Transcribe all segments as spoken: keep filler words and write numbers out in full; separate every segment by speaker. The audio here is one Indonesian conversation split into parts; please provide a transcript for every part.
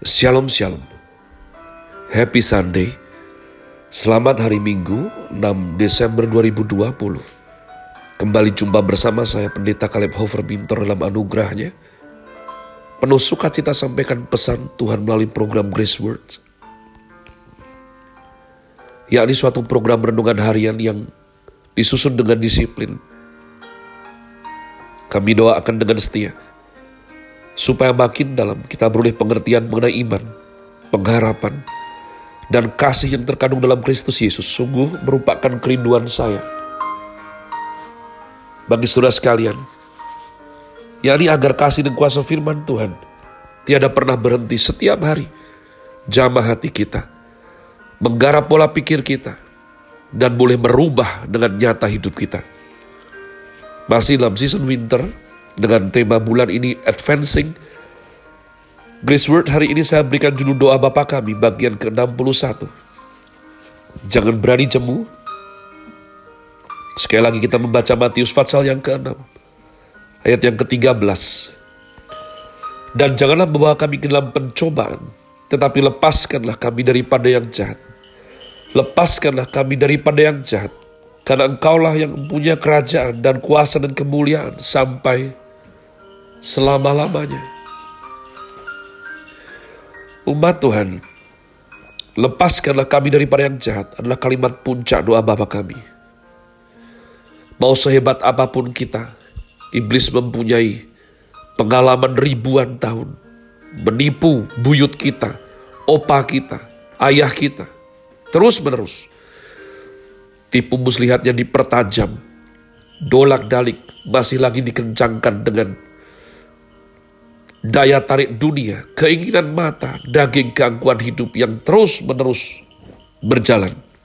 Speaker 1: Shalom Shalom. Happy Sunday. Selamat hari Minggu enam Desember dua ribu dua puluh. Kembali jumpa bersama saya Pendeta Caleb Hofer Bintor dalam anugerahnya. Penuh sukacita sampaikan pesan Tuhan melalui program Grace Words, yakni suatu program renungan harian yang disusun dengan disiplin. Kami doakan dengan setia supaya makin dalam kita beroleh pengertian mengenai iman, pengharapan, dan kasih yang terkandung dalam Kristus Yesus. Sungguh merupakan kerinduan saya bagi saudara sekalian, yakni agar kasih dan kuasa firman Tuhan tiada pernah berhenti setiap hari jamah hati kita, menggarap pola pikir kita, dan boleh merubah dengan nyata hidup kita. Masih dalam season winter dengan tema bulan ini Advancing Grace Word, hari ini saya berikan judul doa Bapa Kami bagian ke enam puluh satu. Jangan berani jemu. Sekali lagi kita membaca Matius pasal yang keenam ayat yang ketiga belas. Dan janganlah membawa kami ke dalam pencobaan, tetapi lepaskanlah kami daripada yang jahat. Lepaskanlah kami daripada yang jahat, karena Engkaulah yang mempunyai kerajaan dan kuasa dan kemuliaan sampai selama-lamanya. Umat Tuhan, lepaskanlah kami daripada yang jahat adalah kalimat puncak doa Bapa kami. Mau sehebat apapun kita, iblis mempunyai pengalaman ribuan tahun, menipu buyut kita, opa kita, ayah kita, terus menerus. Tipu muslihatnya dipertajam, dolak-dalik masih lagi dikencangkan dengan daya tarik dunia, keinginan mata, daging, keangkuhan hidup yang terus-menerus berjalan.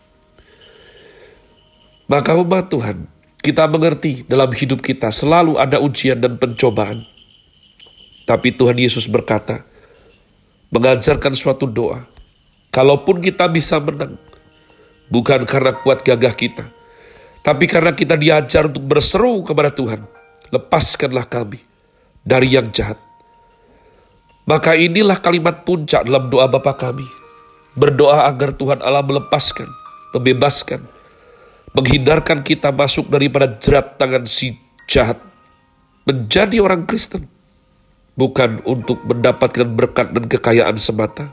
Speaker 1: Maka umat Tuhan, kita mengerti dalam hidup kita selalu ada ujian dan pencobaan. Tapi Tuhan Yesus berkata, mengajarkan suatu doa, kalaupun kita bisa menang, bukan karena kuat gagah kita, tapi karena kita diajar untuk berseru kepada Tuhan, lepaskanlah kami dari yang jahat. Maka inilah kalimat puncak dalam doa Bapa kami. Berdoa agar Tuhan Allah melepaskan, membebaskan, menghindarkan kita masuk daripada jerat tangan si jahat. Menjadi orang Kristen bukan untuk mendapatkan berkat dan kekayaan semata,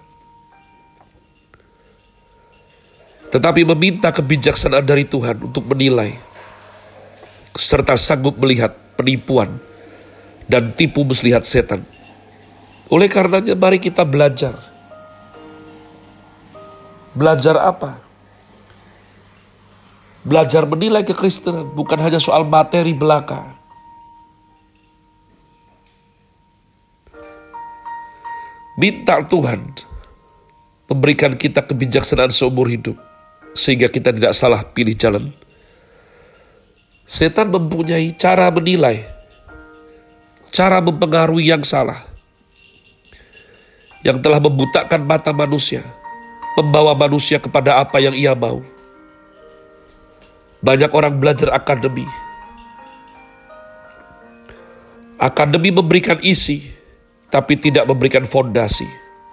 Speaker 1: tetapi meminta kebijaksanaan dari Tuhan untuk menilai, serta sanggup melihat penipuan dan tipu muslihat setan. Oleh karenanya mari kita belajar. Belajar apa? Belajar menilai kekristenan bukan hanya soal materi belaka. Minta Tuhan memberikan kita kebijaksanaan seumur hidup, sehingga kita tidak salah pilih jalan. Setan mempunyai cara menilai, cara mempengaruhi yang salah, yang telah membutakan mata manusia, membawa manusia kepada apa yang ia mau. Banyak orang belajar akademi. Akademi memberikan isi, tapi tidak memberikan fondasi.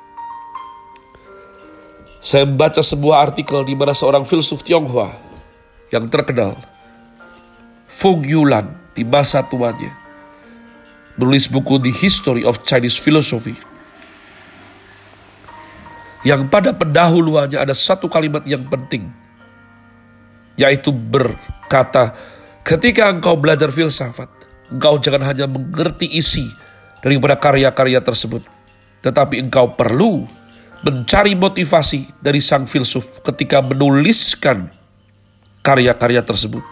Speaker 1: Saya membaca sebuah artikel di mana seorang filsuf Tionghoa yang terkenal, Feng Yulan, di masa tuanya, menulis buku The History of Chinese Philosophy, yang pada pendahuluannya ada satu kalimat yang penting, yaitu berkata, ketika engkau belajar filsafat, engkau jangan hanya mengerti isi daripada karya-karya tersebut, tetapi engkau perlu mencari motivasi dari sang filsuf ketika menuliskan karya-karya tersebut.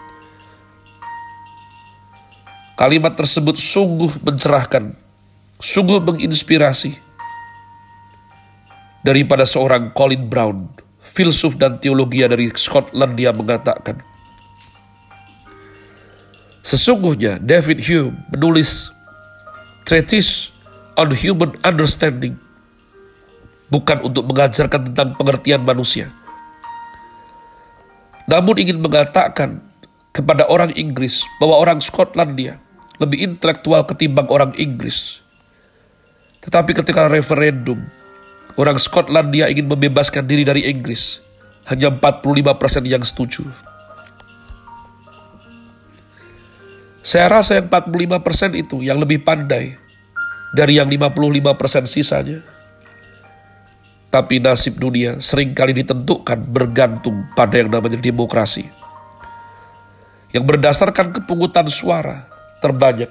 Speaker 1: Kalimat tersebut sungguh mencerahkan, sungguh menginspirasi, daripada seorang Colin Brown, filsuf dan teologi dari Skotlandia, mengatakan, sesungguhnya David Hume menulis Treatise on Human Understanding bukan untuk mengajarkan tentang pengertian manusia, namun ingin mengatakan kepada orang Inggris bahwa orang Skotlandia lebih intelektual ketimbang orang Inggris. Tetapi ketika referendum Orang Skotlandia ingin membebaskan diri dari Inggris. Hanya empat puluh lima persen yang setuju. Saya rasa yang empat puluh lima persen itu yang lebih pandai dari yang lima puluh lima persen sisanya. Tapi nasib dunia seringkali ditentukan bergantung pada yang namanya demokrasi, yang berdasarkan kepungutan suara terbanyak.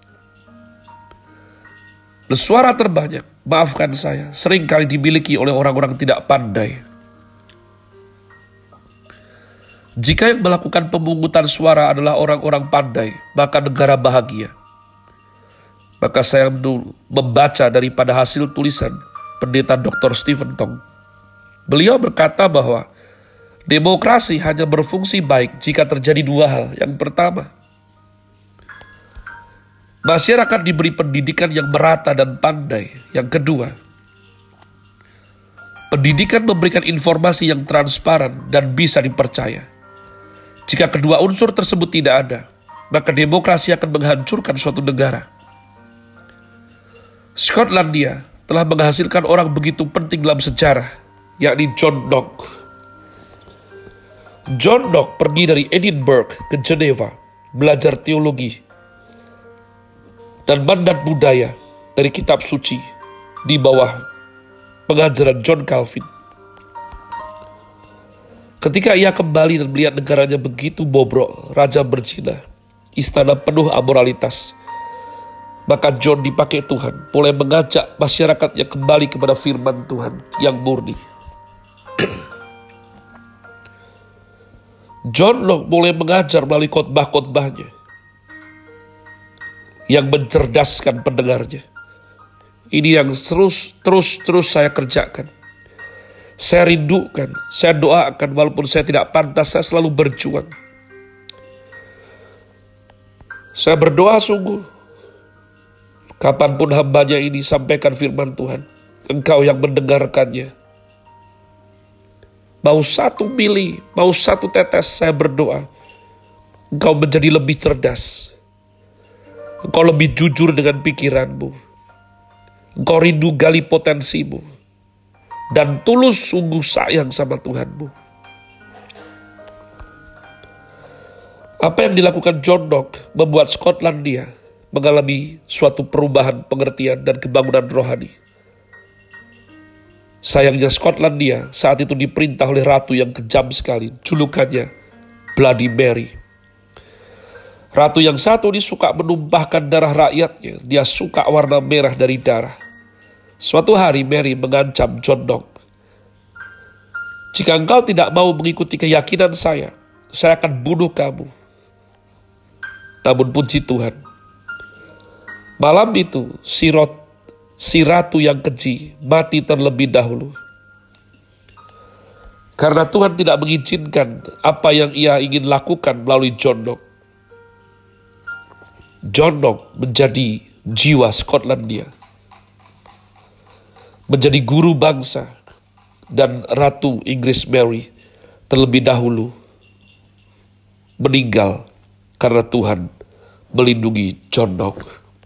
Speaker 1: Dan suara terbanyak, maafkan saya, seringkali dimiliki oleh orang-orang tidak pandai. Jika yang melakukan pemungutan suara adalah orang-orang pandai, maka negara bahagia. Maka saya dulu membaca daripada hasil tulisan Pendeta doktor Stephen Tong. Beliau berkata bahwa demokrasi hanya berfungsi baik jika terjadi dua hal. Yang pertama, masyarakat diberi pendidikan yang merata dan pandai. Yang kedua, pendidikan memberikan informasi yang transparan dan bisa dipercaya. Jika kedua unsur tersebut tidak ada, maka demokrasi akan menghancurkan suatu negara. Skotlandia telah menghasilkan orang begitu penting dalam sejarah, yakni John Knox. John Knox pergi dari Edinburgh ke Geneva, belajar teologi dan mandat budaya dari kitab suci di bawah pengajaran John Calvin. Ketika ia kembali dan melihat negaranya begitu bobrok, raja berzina, istana penuh amoralitas, maka John dipakai Tuhan, mulai mengajak masyarakatnya kembali kepada firman Tuhan yang murni. John Knox mulai mengajar melalui khotbah-khotbahnya yang mencerdaskan pendengarnya. Ini yang terus, terus, terus saya kerjakan. Saya rindukan, saya doakan walaupun saya tidak pantas, saya selalu berjuang. Saya berdoa sungguh. Kapanpun hambanya ini sampaikan firman Tuhan, engkau yang mendengarkannya. Mau satu mili, mau satu tetes, saya berdoa. Engkau menjadi lebih cerdas. Engkau lebih jujur dengan pikiranmu. Engkau rindu gali potensimu. Dan tulus sungguh sayang sama Tuhanmu. Apa yang dilakukan John Knox membuat Skotlandia mengalami suatu perubahan pengertian dan kebangunan rohani. Sayangnya Skotlandia saat itu diperintah oleh ratu yang kejam sekali, julukannya Bloody Mary. Ratu yang satu ini suka menumpahkan darah rakyatnya, dia suka warna merah dari darah. Suatu hari Mary mengancam John Knox, jika engkau tidak mau mengikuti keyakinan saya, saya akan bunuh kamu. Namun puji Tuhan, malam itu, si, rot, si ratu yang keji mati terlebih dahulu. Karena Tuhan tidak mengizinkan apa yang ia ingin lakukan melalui John Knox. John Knox menjadi jiwa Skotlandia. Menjadi guru bangsa. Dan Ratu Inggris Mary terlebih dahulu meninggal karena Tuhan melindungi John Knox.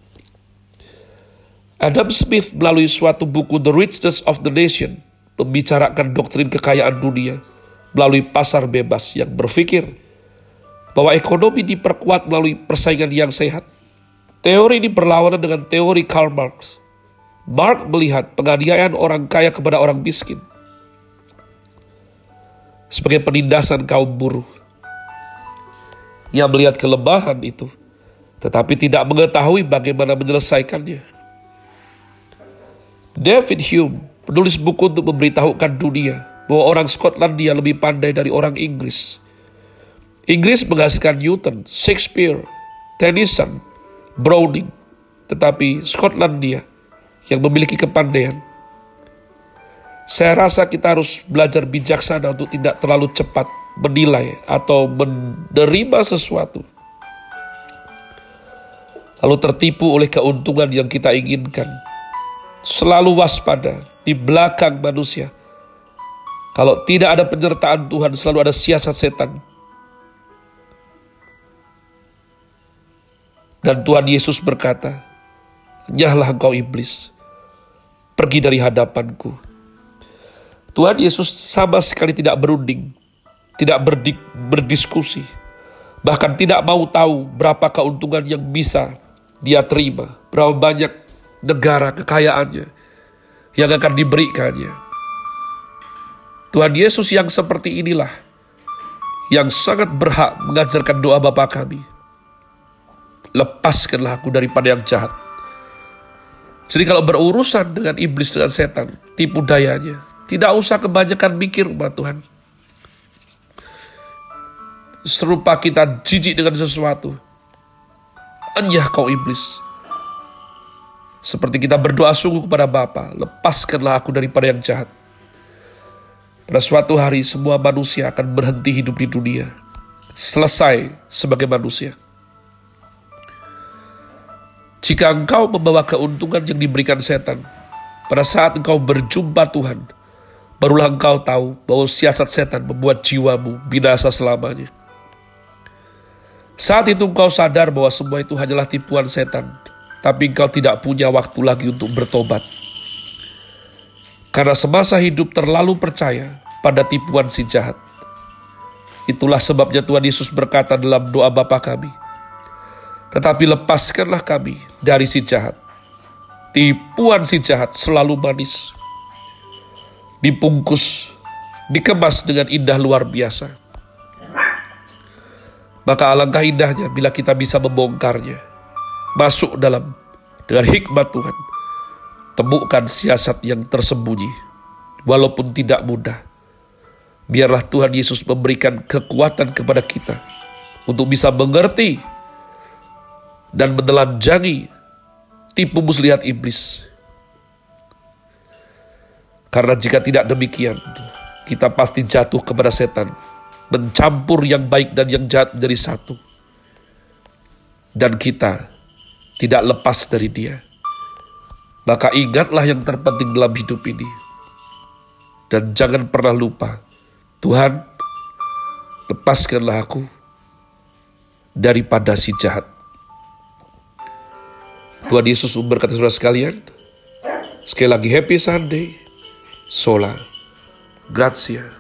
Speaker 1: Adam Smith melalui suatu buku The Richness of the Nation membicarakan doktrin kekayaan dunia melalui pasar bebas yang berpikir bahwa ekonomi diperkuat melalui persaingan yang sehat. Teori ini berlawanan dengan teori Karl Marx. Marx melihat penganiayaan orang kaya kepada orang miskin sebagai penindasan kaum buruh. Ia melihat kelemahan itu, tetapi tidak mengetahui bagaimana menyelesaikannya. David Hume, penulis buku untuk memberitahukan dunia bahwa orang Skotlandia lebih pandai dari orang Inggris. Inggris menghasilkan Newton, Shakespeare, Tennyson, Browning, tetapi Skotlandia yang memiliki kepandaian. Saya rasa kita harus belajar bijaksana untuk tidak terlalu cepat menilai atau menerima sesuatu, lalu tertipu oleh keuntungan yang kita inginkan. Selalu waspada di belakang manusia. Kalau tidak ada penyertaan Tuhan, selalu ada siasat setan. Dan Tuhan Yesus berkata, "Nyahlah engkau iblis, pergi dari hadapanku, Tuhan Yesus sama sekali tidak berunding, tidak berdik, berdiskusi, bahkan tidak mau tahu berapa keuntungan yang bisa dia terima, berapa banyak negara kekayaannya yang akan diberikannya. Tuhan Yesus yang seperti inilah yang sangat berhak mengajarkan doa Bapa kami. Lepaskanlah aku daripada yang jahat. Jadi kalau berurusan dengan iblis, dengan setan, tipu dayanya, tidak usah kebanyakan mikir, umat Tuhan. Serupa kita jijik dengan sesuatu, anyah kau iblis. Seperti kita berdoa sungguh kepada Bapa, lepaskanlah aku daripada yang jahat. Pada suatu hari semua manusia akan berhenti hidup di dunia, selesai sebagai manusia. Jika engkau membawa keuntungan yang diberikan setan, pada saat engkau berjumpa Tuhan, barulah engkau tahu bahwa siasat setan membuat jiwamu binasa selamanya. Saat itu engkau sadar bahwa semua itu hanyalah tipuan setan, tapi engkau tidak punya waktu lagi untuk bertobat. Karena semasa hidup terlalu percaya pada tipuan si jahat. Itulah sebabnya Tuhan Yesus berkata dalam doa Bapa kami, tetapi lepaskanlah kami dari si jahat. Tipuan si jahat selalu manis, dibungkus, dikemas dengan indah luar biasa. Maka alangkah indahnya bila kita bisa membongkarnya, masuk dalam dengan hikmat Tuhan, temukan siasat yang tersembunyi, walaupun tidak mudah. Biarlah Tuhan Yesus memberikan kekuatan kepada kita untuk bisa mengerti dan menelanjangi tipu muslihat iblis. Karena jika tidak demikian, kita pasti jatuh kepada setan, mencampur yang baik dan yang jahat menjadi satu. Dan kita tidak lepas dari dia. Maka ingatlah yang terpenting dalam hidup ini. Dan jangan pernah lupa, Tuhan, lepaskanlah aku daripada si jahat. Tuhan Yesus memberkati saudara sekalian. Sekali lagi happy Sunday. Sola Gracia.